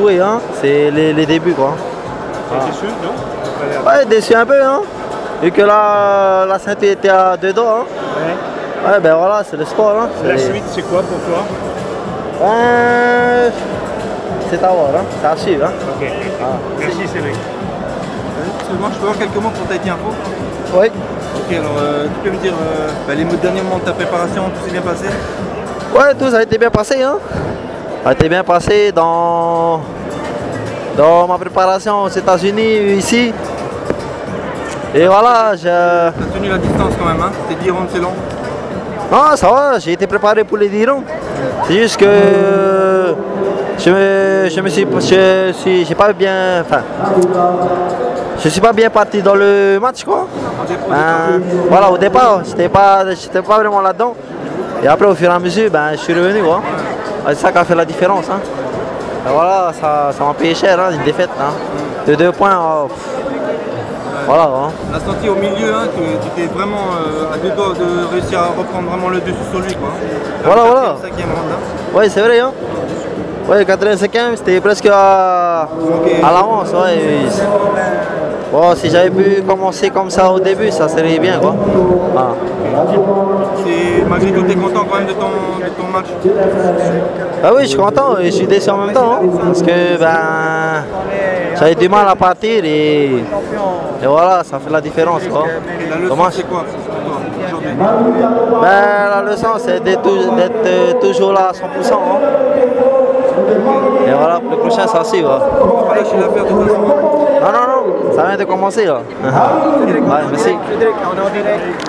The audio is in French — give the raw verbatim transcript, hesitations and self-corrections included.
jouer, hein. C'est les, les débuts, quoi. T'es déçu, non? Ouais, déçu un peu, hein. Vu que la, la ceinture était à deux doigts, hein. Ouais. Ouais, ben voilà, c'est le sport, hein. La suite, c'est quoi pour toi? Ben, c'est à voir, hein. C'est à suivre, hein. Ok. Ah. Merci Cédric. Seulement, je peux avoir quelques mots pour Tahiti Info? Oui. Ok, alors euh, tu peux me dire euh, bah, les derniers moments de ta préparation, tout s'est bien passé? Ouais, tout ça a été bien passé, hein. Ça a été bien passé dans, dans ma préparation aux États-Unis, ici. Et voilà, je... T'as tenu la distance quand même, hein? C'était dix rounds, c'est long? Non, ça va, j'ai été préparé pour les dix rounds. C'est juste que je me, je me suis, je suis, j'ai pas bien, enfin, je suis pas bien parti dans le match, quoi. Ben, voilà, au départ, j'étais pas, j'étais pas vraiment là-dedans. Et après, au fur et à mesure, ben, je suis revenu, quoi. C'est ça qui a fait la différence, hein. Et voilà, ça, ça m'a payé cher, hein, une défaite, hein. De deux points, oh, pff. Voilà. Hein. On a senti au milieu hein, que tu étais vraiment euh, à deux doigts de réussir à reprendre vraiment le dessus sur lui, quoi. Voilà, voilà. Cinquième round, hein. Oui, c'est vrai, hein. Ouais, quatrième, cinquième, c'était presque à, Okay. à l'avance, ouais. Bon, si j'avais pu commencer comme ça au début, ça serait bien, quoi. Voilà. C'est, malgré tout, tu es content quand même de ton, de ton match? Ah oui, je suis content et je suis déçu en même temps, hein, parce que ben, j'avais du mal à partir et, et voilà, ça fait la différence, quoi. Et la leçon, Dommage. c'est quoi pour toi aujourd'hui? Ben, la leçon, c'est d'être, d'être euh, toujours là à cent pour cent. Hein. Et voilà, pour le prochain, ça aussi. Va. On va pas lâcher l'affaire de toute façon. Non, non, non, ça vient de commencer. Là. Ouais, merci.